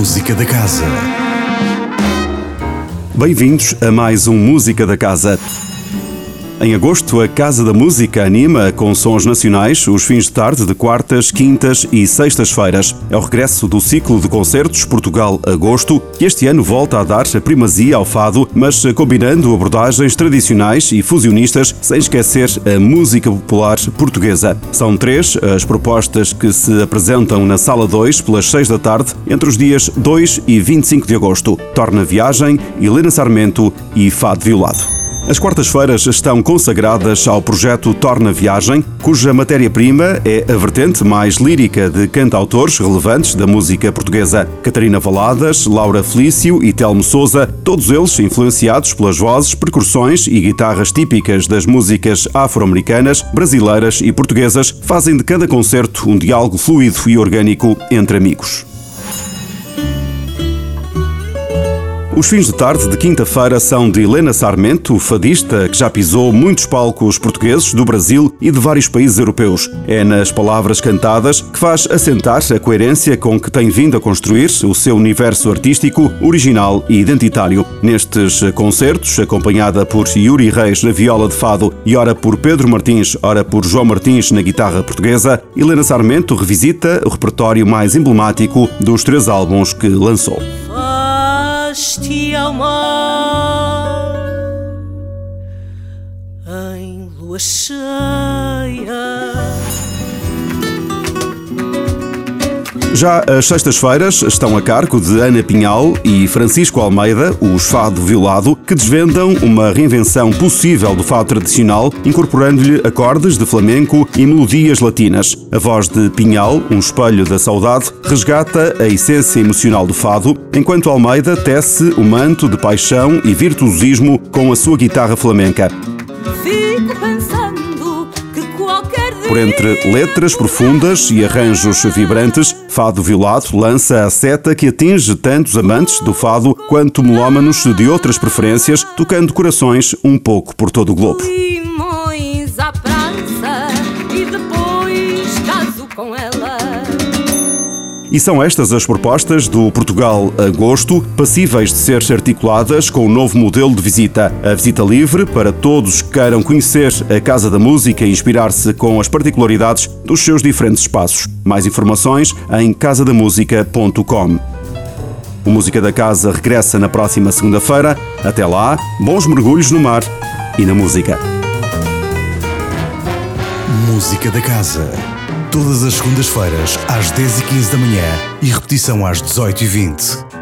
Música da Casa. Bem-vindos a mais um Música da Casa. Em agosto, a Casa da Música anima com sons nacionais os fins de tarde de quartas, quintas e sextas-feiras. É o regresso do ciclo de concertos Portugal-Agosto, que este ano volta a dar a primazia ao fado, mas combinando abordagens tradicionais e fusionistas, sem esquecer a música popular portuguesa. São 3 as propostas que se apresentam na Sala 2 pelas 6 da tarde, entre os dias 2 e 25 de agosto. Torna Viagem, Helena Sarmento e Fado Violado. As quartas-feiras estão consagradas ao projeto Torna Viagem, cuja matéria-prima é a vertente mais lírica de cantautores relevantes da música portuguesa. Catarina Valadas, Laura Felício e Telmo Sousa, todos eles influenciados pelas vozes, percussões e guitarras típicas das músicas afro-americanas, brasileiras e portuguesas, fazem de cada concerto um diálogo fluido e orgânico entre amigos. Os fins de tarde de quinta-feira são de Helena Sarmento, fadista que já pisou muitos palcos portugueses do Brasil e de vários países europeus. É nas palavras cantadas que faz assentar a coerência com que tem vindo a construir o seu universo artístico, original e identitário. Nestes concertos, acompanhada por Yuri Reis na viola de fado e ora por Pedro Martins, ora por João Martins na guitarra portuguesa, Helena Sarmento revisita o repertório mais emblemático dos 3 álbuns que lançou. Te amar em lua cheia. Já as sextas-feiras estão a cargo de Ana Pinhal e Francisco Almeida, os Fado Violado, que desvendam uma reinvenção possível do fado tradicional, incorporando-lhe acordes de flamenco e melodias latinas. A voz de Pinhal, um espelho da saudade, resgata a essência emocional do fado, enquanto Almeida tece o manto de paixão e virtuosismo com a sua guitarra flamenca. Fico pensando que qualquer dia... Por entre letras profundas e arranjos vibrantes, Fado Violado lança a seta que atinge tantos amantes do fado quanto melómanos de outras preferências, tocando corações um pouco por todo o globo. Limões à praça e depois caso com ela. E são estas as propostas do Portugal-Agosto, passíveis de ser articuladas com o novo modelo de visita. A visita livre para todos que queiram conhecer a Casa da Música e inspirar-se com as particularidades dos seus diferentes espaços. Mais informações em casadamusica.com. O Música da Casa regressa na próxima segunda-feira. Até lá, bons mergulhos no mar e na música. Música da Casa. Todas as segundas-feiras, às 10h15 da manhã e repetição às 18h20.